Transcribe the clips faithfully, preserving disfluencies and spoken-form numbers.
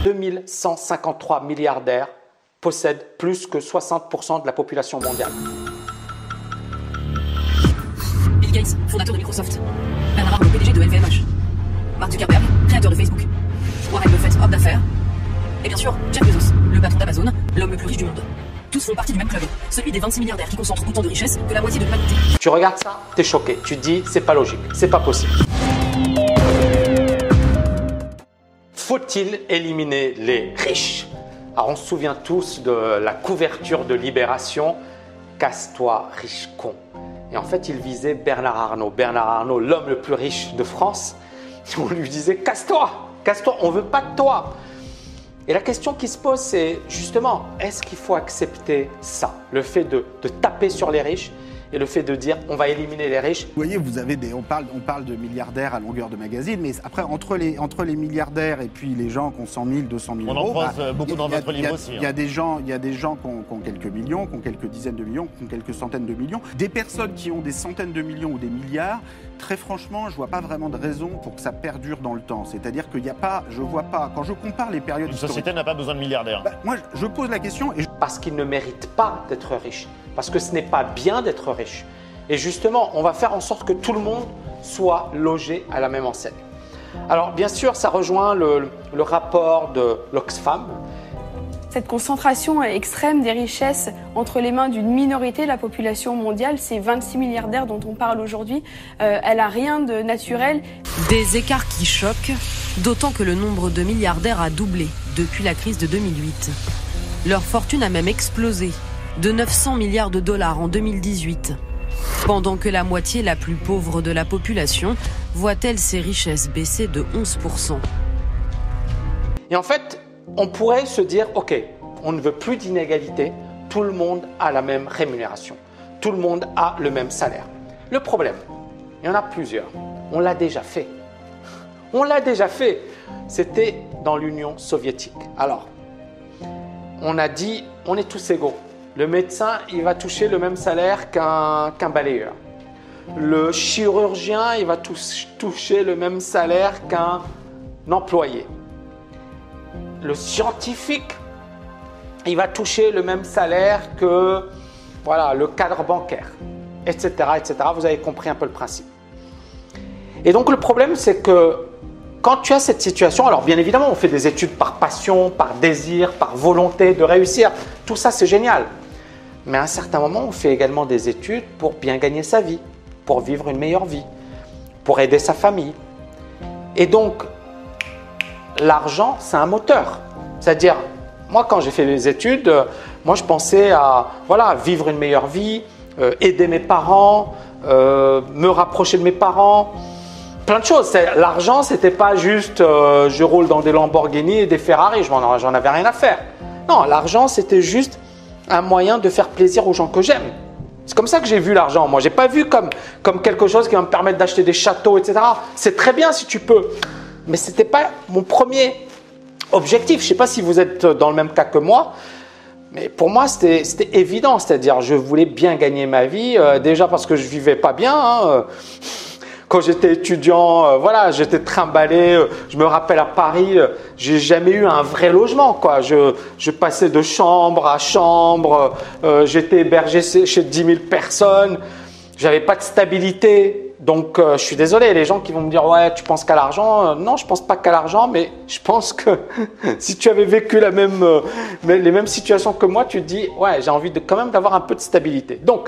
deux mille cent cinquante-trois milliardaires possèdent plus que soixante pour cent de la population mondiale. Bill Gates, fondateur de Microsoft. Bernard Arnault, P D G de L V M H. Mark Zuckerberg, créateur de Facebook. Warren Buffett, homme d'affaires. Et bien sûr, Jeff Bezos, le patron d'Amazon, l'homme le plus riche du monde. Tous font partie du même club, celui des vingt-six milliardaires qui concentrent autant de richesses que la moitié de l'humanité. Tu regardes ça, t'es choqué. Tu te dis, c'est pas logique, c'est pas possible. Faut-il éliminer les riches? Alors on se souvient tous de la couverture de Libération, casse-toi riche con. Et en fait il visait Bernard Arnault. Bernard Arnault, l'homme le plus riche de France. On lui disait casse-toi, casse-toi, on veut pas de toi. Et la question qui se pose, c'est justement, est-ce qu'il faut accepter ça, le fait de, de taper sur les riches et le fait de dire on va éliminer les riches? Vous voyez, vous avez des, on parle, on parle de milliardaires à longueur de magazine, mais après entre les entre les milliardaires et puis les gens qui ont cent mille, deux cent mille on euros, en croise bah, beaucoup dans a, votre livre aussi. Il y a des gens, il y a des gens qui ont, qui ont quelques millions, qui ont quelques dizaines de millions, qui ont quelques centaines de millions, des personnes qui ont des centaines de millions ou des milliards. Très franchement, je vois pas vraiment de raison pour que ça perdure dans le temps. C'est-à-dire qu'il n'y a pas, je vois pas, quand je compare les périodes Une historiques. société n'a pas besoin de milliardaires. Bah, moi, je pose la question et je... Parce qu'ils ne méritent pas d'être riches, parce que ce n'est pas bien d'être riche. Et justement, on va faire en sorte que tout le monde soit logé à la même enseigne. Alors bien sûr, ça rejoint le, le rapport de l'Oxfam. Cette concentration extrême des richesses entre les mains d'une minorité de la population mondiale, ces vingt-six milliardaires dont on parle aujourd'hui, euh, elle n'a rien de naturel. Des écarts qui choquent, d'autant que le nombre de milliardaires a doublé depuis la crise de deux mille huit. Leur fortune a même explosé, de neuf cents milliards de dollars en deux mille dix-huit. Pendant que la moitié la plus pauvre de la population voit-elle ses richesses baisser de onze pour cent. Et en fait, on pourrait se dire, ok, on ne veut plus d'inégalité, tout le monde a la même rémunération, tout le monde a le même salaire. Le problème, il y en a plusieurs, on l'a déjà fait. On l'a déjà fait, c'était dans l'Union soviétique. Alors, on a dit, on est tous égaux. Le médecin, il va toucher le même salaire qu'un qu'un balayeur. Le chirurgien, il va toucher le même salaire qu'un employé. Le scientifique, il va toucher le même salaire que voilà, le cadre bancaire, et cetera, et cetera. Vous avez compris un peu le principe. Et donc le problème, c'est que quand tu as cette situation, alors bien évidemment, on fait des études par passion, par désir, par volonté de réussir. Tout ça, c'est génial. Mais à un certain moment, on fait également des études pour bien gagner sa vie, pour vivre une meilleure vie, pour aider sa famille. Et donc, l'argent, c'est un moteur. C'est-à-dire, moi, quand j'ai fait mes études, euh, moi, je pensais à voilà, vivre une meilleure vie, euh, aider mes parents, euh, me rapprocher de mes parents, plein de choses. L'argent, ce n'était pas juste euh, je roule dans des Lamborghini et des Ferrari, j'en avais rien à faire. Non, l'argent, c'était juste un moyen de faire plaisir aux gens que j'aime. C'est comme ça que j'ai vu l'argent. Moi, je n'ai pas vu comme, comme quelque chose qui va me permettre d'acheter des châteaux, et cetera. C'est très bien si tu peux. Mais ce n'était pas mon premier objectif. Je ne sais pas si vous êtes dans le même cas que moi, mais pour moi, c'était évident. C'est-à-dire, je voulais bien gagner ma vie, euh, déjà parce que je ne vivais pas bien. Hein. Quand j'étais étudiant, euh, voilà, j'étais trimballé. Euh, je me rappelle à Paris, euh, j'ai jamais eu un vrai logement, quoi. Je, je passais de chambre à chambre. Euh, j'étais hébergé chez dix mille personnes. J'avais pas de stabilité. Donc, euh, je suis désolé, les gens qui vont me dire « Ouais, tu penses qu'à l'argent ?» euh, Non, je pense pas qu'à l'argent, mais je pense que si tu avais vécu la même, euh, les mêmes situations que moi, tu te dis « Ouais, j'ai envie de, quand même d'avoir un peu de stabilité. » Donc,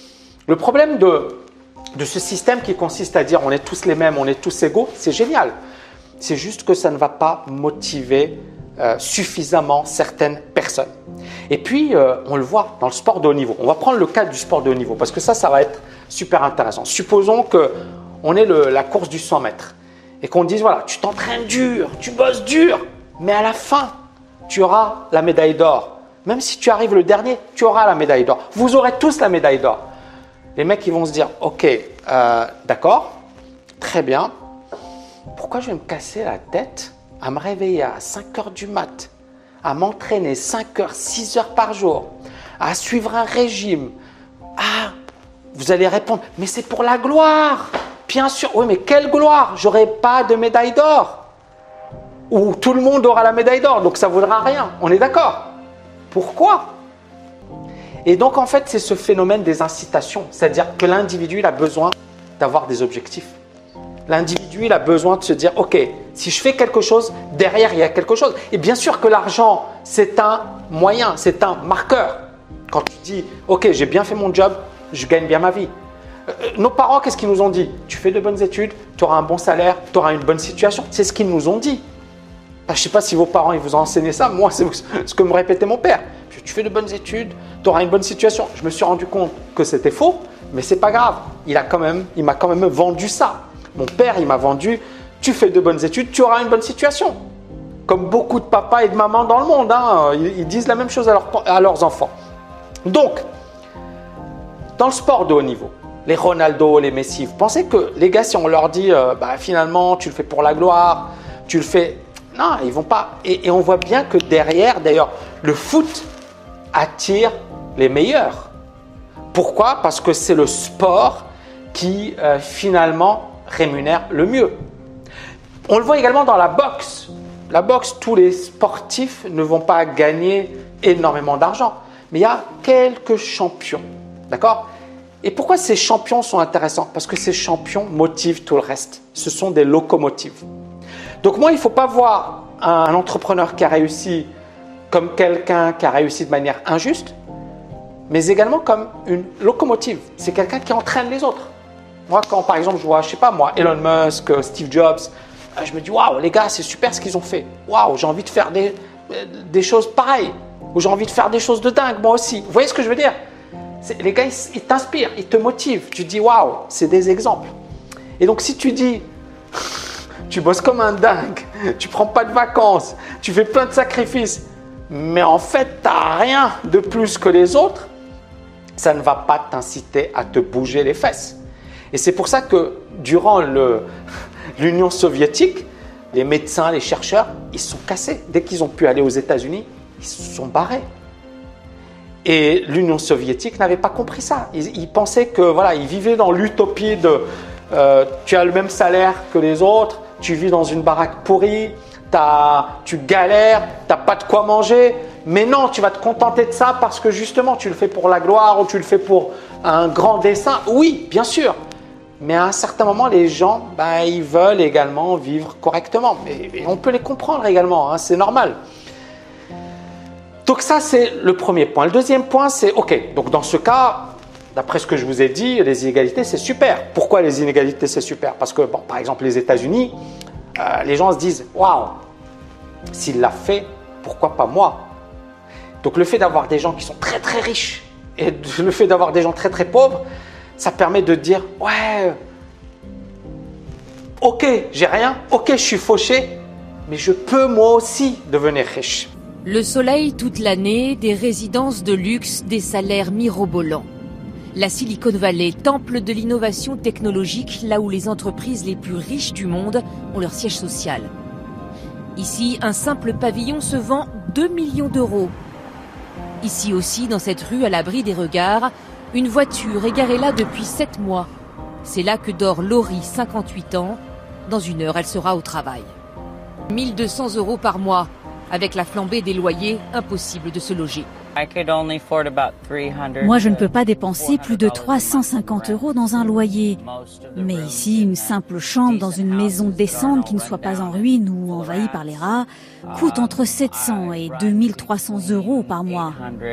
le problème de, de ce système qui consiste à dire « On est tous les mêmes, on est tous égaux », c'est génial. C'est juste que ça ne va pas motiver euh, suffisamment certaines personnes. Et puis, euh, on le voit dans le sport de haut niveau. On va prendre le cas du sport de haut niveau parce que ça, ça va être super intéressant. Supposons qu'on ait le, la course du cent mètres et qu'on dise, voilà, tu t'entraînes dur, tu bosses dur, mais à la fin, tu auras la médaille d'or. Même si tu arrives le dernier, tu auras la médaille d'or. Vous aurez tous la médaille d'or. Les mecs, ils vont se dire, ok, euh, d'accord, très bien. Pourquoi je vais me casser la tête à me réveiller à cinq heures du mat', à m'entraîner cinq heures, six heures par jour, à suivre un régime? Ah, vous allez répondre, mais c'est pour la gloire. Bien sûr, oui, mais quelle gloire? J'aurai pas de médaille d'or. où tout le monde aura la médaille d'or, donc ça ne vaudra rien. On est d'accord? Pourquoi? Et donc en fait, c'est ce phénomène des incitations, c'est-à-dire que l'individu il a besoin d'avoir des objectifs. L'individu il a besoin de se dire, ok, si je fais quelque chose, derrière il y a quelque chose. Et bien sûr que l'argent, c'est un moyen, c'est un marqueur. Quand tu dis, ok, j'ai bien fait mon job, je gagne bien ma vie. Euh, nos parents, qu'est-ce qu'ils nous ont dit? Tu fais de bonnes études, tu auras un bon salaire, tu auras une bonne situation. C'est ce qu'ils nous ont dit. Je ne sais pas si vos parents ils vous ont enseigné ça. Moi, c'est ce que me répétait mon père. Tu fais de bonnes études, tu auras une bonne situation. Je me suis rendu compte que c'était faux, mais ce n'est pas grave. Il a quand même, il m'a quand même vendu ça. Mon père, il m'a vendu, tu fais de bonnes études, tu auras une bonne situation. Comme beaucoup de papas et de mamans dans le monde, hein, ils, ils disent la même chose à, leur, à leurs enfants. Donc, dans le sport de haut niveau, les Ronaldo, les Messi, vous pensez que les gars, si on leur dit, euh, bah, finalement, tu le fais pour la gloire, tu le fais… Non, ils vont pas. Et, et on voit bien que derrière, d'ailleurs, le foot attire les meilleurs. Pourquoi? Parce que c'est le sport qui, euh, finalement, rémunère le mieux. On le voit également dans la boxe. La boxe, tous les sportifs ne vont pas gagner énormément d'argent. Mais il y a quelques champions. D'accord? Et pourquoi ces champions sont intéressants? Parce que ces champions motivent tout le reste. Ce sont des locomotives. Donc moi, il ne faut pas voir un entrepreneur qui a réussi comme quelqu'un qui a réussi de manière injuste, mais également comme une locomotive. C'est quelqu'un qui entraîne les autres. Moi, quand par exemple, je vois, je sais pas moi, Elon Musk, Steve Jobs, je me dis, waouh, les gars, c'est super ce qu'ils ont fait. Waouh, j'ai envie de faire des, des choses pareilles. Ou j'ai envie de faire des choses de dingue, moi aussi. Vous voyez ce que je veux dire? Les gars, ils, ils t'inspirent, ils te motivent. Tu te dis, waouh, c'est des exemples. Et donc, si tu dis, tu bosses comme un dingue, tu prends pas de vacances, tu fais plein de sacrifices, mais en fait, tu n'as rien de plus que les autres, ça ne va pas t'inciter à te bouger les fesses. Et c'est pour ça que durant le, l'Union soviétique, les médecins, les chercheurs, ils se sont cassés. Dès qu'ils ont pu aller aux États-Unis, ils se sont barrés. Et l'Union soviétique n'avait pas compris ça. Ils, ils pensaient que voilà, ils vivaient dans l'utopie de euh, tu as le même salaire que les autres, tu vis dans une baraque pourrie, t'as, tu galères, tu n'as pas de quoi manger. Mais non, tu vas te contenter de ça parce que justement, tu le fais pour la gloire ou tu le fais pour un grand dessein. Oui, bien sûr. Mais à un certain moment, les gens, ben, ils veulent également vivre correctement. Mais, mais on peut les comprendre également, hein, c'est normal. Donc ça, c'est le premier point. Le deuxième point, c'est OK. Donc dans ce cas, d'après ce que je vous ai dit, les inégalités, c'est super. Pourquoi les inégalités, c'est super? Parce que, bon, par exemple, les États-Unis, euh, les gens se disent « Waouh, s'il l'a fait, pourquoi pas moi ?» Donc le fait d'avoir des gens qui sont très très riches et le fait d'avoir des gens très très pauvres, ça permet de dire « Ouais, ok, j'ai rien, ok, je suis fauché, mais je peux moi aussi devenir riche. » Le soleil toute l'année, des résidences de luxe, des salaires mirobolants. La Silicon Valley, temple de l'innovation technologique, là où les entreprises les plus riches du monde ont leur siège social. Ici, un simple pavillon se vend deux millions d'euros. Ici aussi, dans cette rue à l'abri des regards, une voiture est garée là depuis sept mois. C'est là que dort Laurie, cinquante-huit ans. Dans une heure, elle sera au travail. mille deux cents euros par mois. Avec la flambée des loyers, impossible de se loger. Moi, je ne peux pas dépenser plus de trois cent cinquante euros dans un loyer. Mais ici, une simple chambre dans une maison décente qui ne soit pas en ruine ou envahie par les rats coûte entre sept cents et deux mille trois cents euros par mois.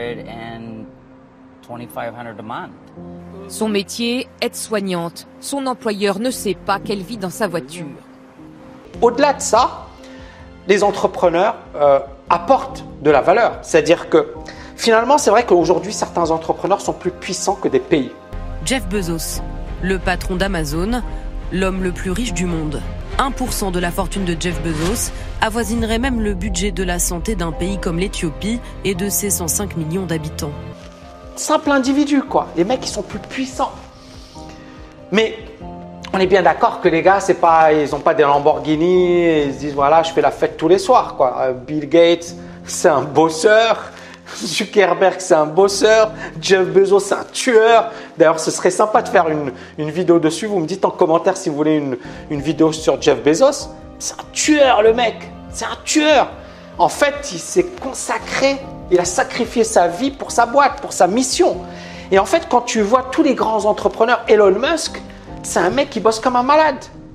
Son métier, aide-soignante. Son employeur ne sait pas qu'elle vit dans sa voiture. Au-delà de ça, les entrepreneurs euh, apportent de la valeur. C'est-à-dire que finalement, c'est vrai qu'aujourd'hui, certains entrepreneurs sont plus puissants que des pays. Jeff Bezos, le patron d'Amazon, l'homme le plus riche du monde. un pour cent de la fortune de Jeff Bezos avoisinerait même le budget de la santé d'un pays comme l'Éthiopie et de ses cent cinq millions d'habitants. Simple individu, quoi. Les mecs, ils sont plus puissants. Mais on est bien d'accord que les gars, c'est pas, ils n'ont pas des Lamborghini, ils se disent voilà, je fais la fête tous les soirs, quoi. Bill Gates, c'est un bosseur. Zuckerberg, c'est un bosseur. Jeff Bezos, c'est un tueur. D'ailleurs, ce serait sympa de faire une, une vidéo dessus. Vous me dites en commentaire si vous voulez une, une vidéo sur Jeff Bezos. C'est un tueur, le mec. C'est un tueur. En fait, il s'est consacré, il a sacrifié sa vie pour sa boîte, pour sa mission. Et en fait, quand tu vois tous les grands entrepreneurs, Elon Musk, c'est un mec qui bosse comme un malade.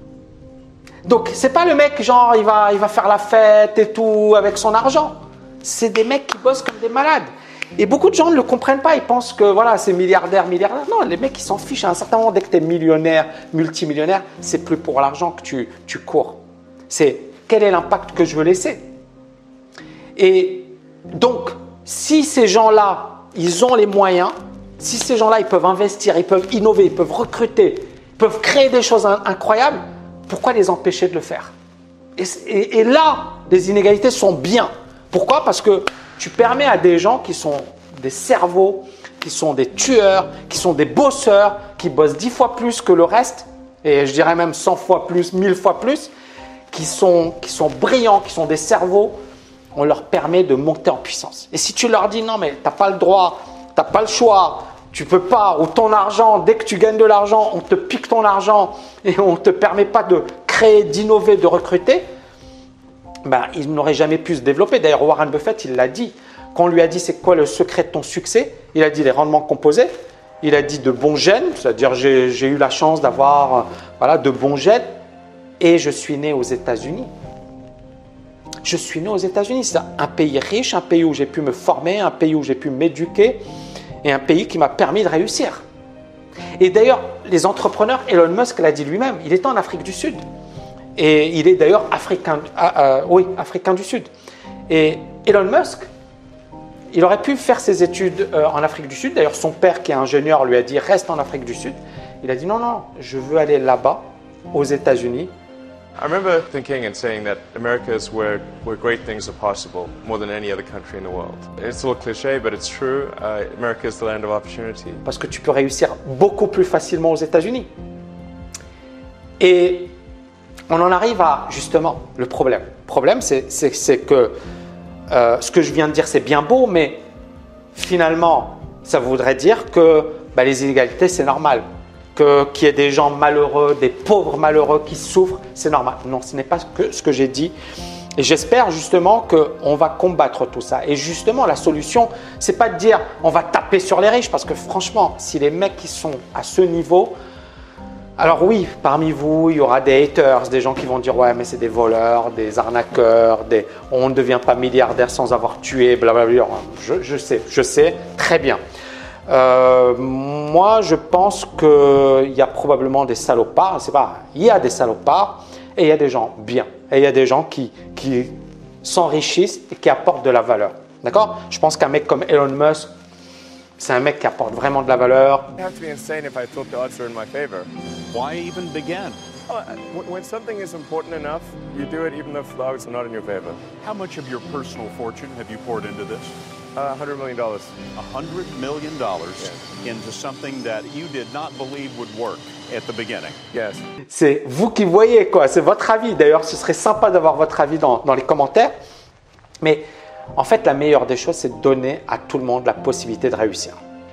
Donc, c'est pas le mec, genre, il va, il va faire la fête et tout avec son argent. C'est des mecs qui bossent comme des malades. Et beaucoup de gens ne le comprennent pas. Ils pensent que, voilà, c'est milliardaire, milliardaire. Non, les mecs, ils s'en fichent. À un certain moment, dès que tu es millionnaire, multimillionnaire, c'est plus pour l'argent que tu, tu cours. C'est quel est l'impact que je veux laisser. Et donc, si ces gens-là, ils ont les moyens, si ces gens-là, ils peuvent investir, ils peuvent innover, ils peuvent recruter, ils peuvent créer des choses incroyables, pourquoi les empêcher de le faire? et, et, et là, les inégalités sont bien. Pourquoi? Parce que tu permets à des gens qui sont des cerveaux, qui sont des tueurs, qui sont des bosseurs, qui bossent dix fois plus que le reste, et je dirais même cent fois plus, mille fois plus, qui sont, qui sont brillants, qui sont des cerveaux, on leur permet de monter en puissance. Et si tu leur dis non mais tu n'as pas le droit, tu n'as pas le choix, tu ne peux pas, ou ton argent, dès que tu gagnes de l'argent, on te pique ton argent et on ne te permet pas de créer, d'innover, de recruter, ben, ils n'auraient jamais pu se développer. D'ailleurs, Warren Buffett, il l'a dit. Quand on lui a dit c'est quoi le secret de ton succès, il a dit les rendements composés, il a dit de bons gènes, c'est-à-dire j'ai, j'ai eu la chance d'avoir voilà, de bons gènes et je suis né aux États-Unis. Je suis né aux États-Unis, c'est un pays riche, un pays où j'ai pu me former, un pays où j'ai pu m'éduquer et un pays qui m'a permis de réussir. Et d'ailleurs, les entrepreneurs, Elon Musk l'a dit lui-même, il était en Afrique du Sud. Et il est d'ailleurs africain, euh, oui, africain du Sud. Et Elon Musk, il aurait pu faire ses études euh, en Afrique du Sud. D'ailleurs, son père, qui est ingénieur, lui a dit « Reste en Afrique du Sud ». Il a dit « Non, non, je veux aller là-bas, aux États-Unis ». I remember thinking and saying that America is where, where great things are possible, more than any other country in the world. It's a little cliché, but it's true. Uh, America is the land of opportunity. Parce que tu peux réussir beaucoup plus facilement aux États-Unis. Et on en arrive à, justement, le problème. Le problème, c'est, c'est, c'est que euh, ce que je viens de dire, c'est bien beau, mais finalement, ça voudrait dire que bah, les inégalités, c'est normal. Que, qu'il y ait des gens malheureux, des pauvres malheureux qui souffrent, c'est normal. Non, ce n'est pas que ce que j'ai dit. Et j'espère justement qu'on va combattre tout ça. Et justement, la solution, ce n'est pas de dire on va taper sur les riches, parce que franchement, si les mecs qui sont à ce niveau, alors oui, parmi vous, il y aura des haters, des gens qui vont dire ouais, mais c'est des voleurs, des arnaqueurs, des, on ne devient pas milliardaire sans avoir tué, blablabla. Je, je sais, je sais, très bien. Euh, moi, je pense qu'il y a probablement des salopards. C'est pas, il y a des salopards et il y a des gens bien. Et il y a des gens qui, qui s'enrichissent et qui apportent de la valeur. D'accord? Je pense qu'un mec comme Elon Musk, c'est un mec qui apporte vraiment de la valeur. I have to be insane if I thought the odds are in my favor. Why even begin? Oh, when something is important enough, you do it even if the odds are not in your favor. How much of your personal fortune have you poured into this? Uh, one hundred million dollars. one hundred million dollars yeah. into something that you did not believe would work at the beginning. Yes. C'est vous qui voyez, quoi. C'est votre avis. D'ailleurs, ce serait sympa d'avoir votre avis dans, dans les commentaires. Mais en fait, la meilleure des choses, c'est de donner à tout le monde la possibilité de réussir.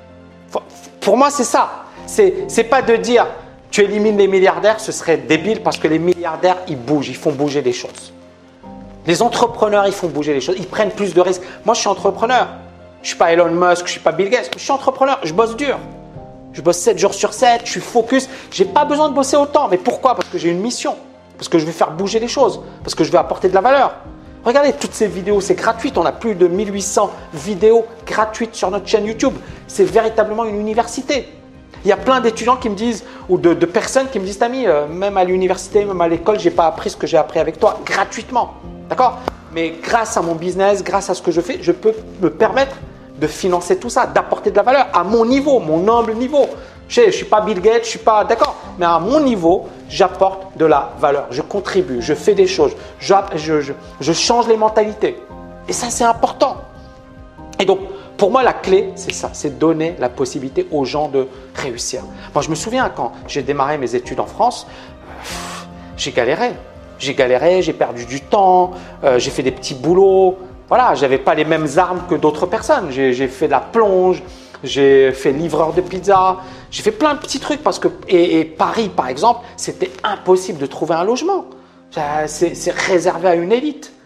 Pour moi, c'est ça. C'est, c'est pas de dire tu élimines les milliardaires, ce serait débile parce que les milliardaires, ils bougent, ils font bouger les choses. Les entrepreneurs, ils font bouger les choses, ils prennent plus de risques. Moi, je suis entrepreneur. Je ne suis pas Elon Musk, je ne suis pas Bill Gates. Je suis entrepreneur, je bosse dur. Je bosse sept jours sur sept, je suis focus. Je n'ai pas besoin de bosser autant. Mais pourquoi? Parce que j'ai une mission. Parce que je vais faire bouger les choses. Parce que je vais apporter de la valeur. Regardez toutes ces vidéos, c'est gratuit. On a plus de mille huit cents vidéos gratuites sur notre chaîne YouTube. C'est véritablement une université. Il y a plein d'étudiants qui me disent, ou de, de personnes qui me disent, Tami, euh, même à l'université, même à l'école, je n'ai pas appris ce que j'ai appris avec toi gratuitement. D'accord? Mais grâce à mon business, grâce à ce que je fais, je peux me permettre de financer tout ça, d'apporter de la valeur à mon niveau, mon humble niveau. Je ne suis pas Bill Gates, je ne suis pas… D'accord? Mais à mon niveau, j'apporte de la valeur. Je contribue, je fais des choses, je, je, je, je change les mentalités. Et ça, c'est important. Et donc, pour moi, la clé, c'est ça, c'est donner la possibilité aux gens de réussir. Moi, je me souviens quand j'ai démarré mes études en France, pff, j'ai galéré. J'ai galéré, j'ai perdu du temps, euh, j'ai fait des petits boulots. Voilà, je n'avais pas les mêmes armes que d'autres personnes. J'ai, j'ai fait de la plonge, j'ai fait livreur de pizza, j'ai fait plein de petits trucs parce que… Et, et Paris, par exemple, c'était impossible de trouver un logement. C'est, c'est réservé à une élite.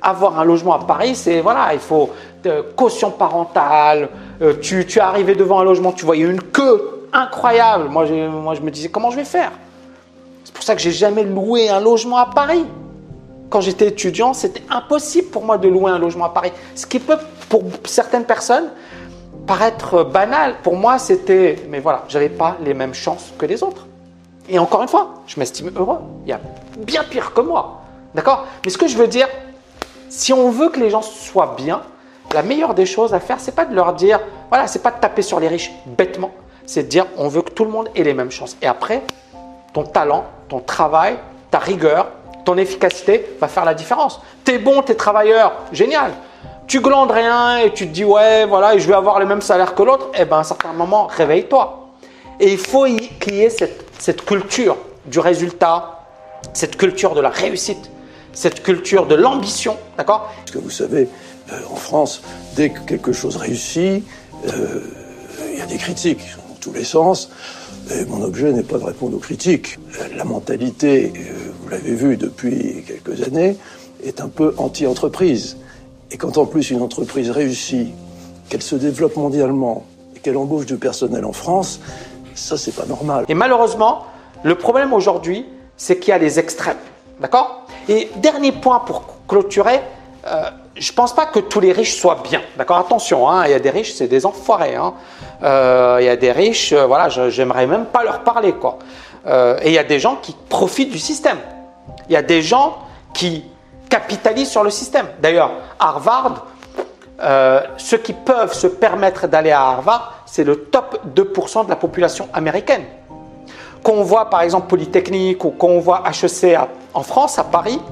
avoir un logement à Paris, c'est voilà, il faut euh, caution parentale. Euh, tu, tu es arrivé devant un logement, tu voyais une queue incroyable. Moi, moi, je me disais comment je vais faire. C'est pour ça que j'ai jamais loué un logement à Paris. Quand j'étais étudiant, c'était impossible pour moi de louer un logement à Paris. Ce qui peut, pour certaines personnes, paraître banal. Pour moi, c'était, mais voilà, j'avais pas les mêmes chances que les autres. Et encore une fois, je m'estime heureux. Il y a bien pire que moi. D'accord? Mais ce que je veux dire, si on veut que les gens soient bien, la meilleure des choses à faire, c'est pas de leur dire, voilà, c'est pas de taper sur les riches bêtement. C'est de dire, on veut que tout le monde ait les mêmes chances. Et après, ton talent, ton travail, ta rigueur, ton efficacité va faire la différence. T'es bon, t'es travailleur, génial. Tu glandes rien et tu te dis, ouais, voilà, je vais avoir le même salaire que l'autre. Eh bien, à un certain moment, réveille-toi. Et il faut qu'il y ait cette, cette culture du résultat, cette culture de la réussite, cette culture de l'ambition, d'accord? Parce que vous savez, euh, en France, dès que quelque chose réussit, euh, il y a des critiques dans tous les sens. Et mon objet n'est pas de répondre aux critiques. La mentalité, euh, vous l'avez vu depuis quelques années, est un peu anti-entreprise. Et quand en plus une entreprise réussit, qu'elle se développe mondialement et qu'elle embauche du personnel en France, ça c'est pas normal. Et malheureusement, le problème aujourd'hui, c'est qu'il y a les extrêmes, d'accord? Et dernier point pour clôturer, euh, je ne pense pas que tous les riches soient bien, d'accord? Attention, hein, il y a des riches, c'est des enfoirés. Hein. Euh, il y a des riches, euh, voilà, je, j'aimerais même pas leur parler, quoi. Euh, et il y a des gens qui profitent du système. Il y a des gens qui capitalisent sur le système. D'ailleurs, Harvard, euh, ceux qui peuvent se permettre d'aller à Harvard, c'est le top deux pour cent de la population américaine. Quand on voit par exemple Polytechnique ou quand on voit H E C à, en France, à Paris,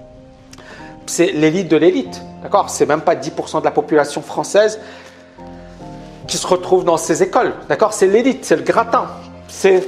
c'est l'élite de l'élite. D'accord? C'est même pas dix pour cent de la population française qui se retrouve dans ces écoles. D'accord? C'est l'élite, c'est le gratin. C'est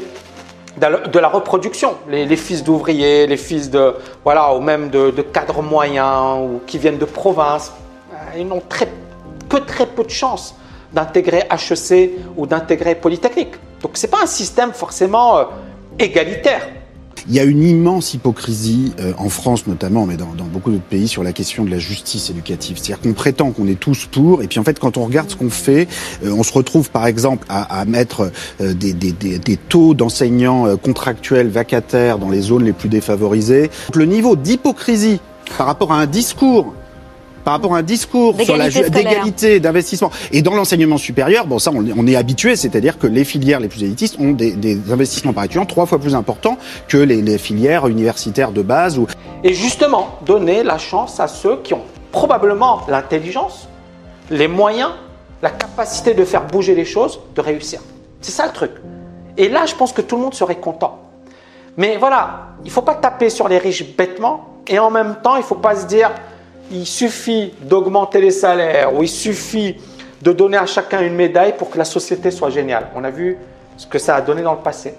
de la reproduction. Les, les fils d'ouvriers, les fils de, voilà, ou même de, de cadres moyens ou qui viennent de province, ils n'ont très, que très peu de chances d'intégrer H E C ou d'intégrer Polytechnique. Donc, ce n'est pas un système forcément euh, égalitaire. Il y a une immense hypocrisie, euh, en France notamment, mais dans, dans beaucoup d'autres pays, sur la question de la justice éducative. C'est-à-dire qu'on prétend qu'on est tous pour, et puis en fait, quand on regarde ce qu'on fait, euh, on se retrouve par exemple à, à mettre euh, des, des, des, des taux d'enseignants euh, contractuels vacataires dans les zones les plus défavorisées. Donc, le niveau d'hypocrisie par rapport à un discours par rapport à un discours sur la d'égalité, d'investissement. Et dans l'enseignement supérieur, bon ça on, on est habitué, c'est-à-dire que les filières les plus élitistes ont des, des investissements par étudiant trois fois plus importants que les, les filières universitaires de base. Ou... Et justement, donner la chance à ceux qui ont probablement l'intelligence, les moyens, la capacité de faire bouger les choses, de réussir. C'est ça le truc. Et là, je pense que tout le monde serait content. Mais voilà, il ne faut pas taper sur les riches bêtement et en même temps, il ne faut pas se dire il suffit d'augmenter les salaires ou il suffit de donner à chacun une médaille pour que la société soit géniale. On a vu ce que ça a donné dans le passé.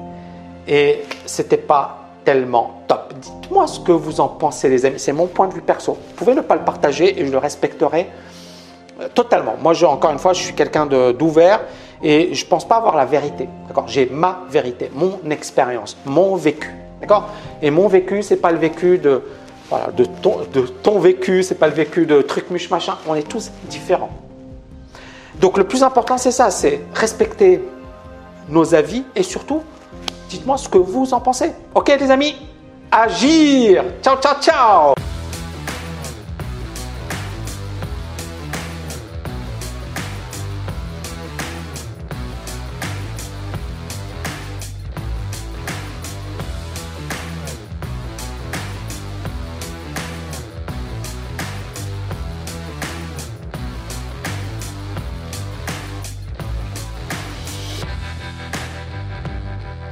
Et ce n'était pas tellement top. Dites-moi ce que vous en pensez, les amis. C'est mon point de vue perso. Vous pouvez ne pas le partager et je le respecterai totalement. Moi, je, encore une fois, je suis quelqu'un d'ouvert et je ne pense pas avoir la vérité. J'ai ma vérité, mon expérience, mon vécu. Et mon vécu, ce n'est pas le vécu de... Voilà, de ton, de ton vécu, c'est pas le vécu de truc muche machin, on est tous différents. Donc le plus important c'est ça, c'est respecter nos avis et surtout, dites-moi ce que vous en pensez. Ok les amis, agir. Ciao, ciao, ciao.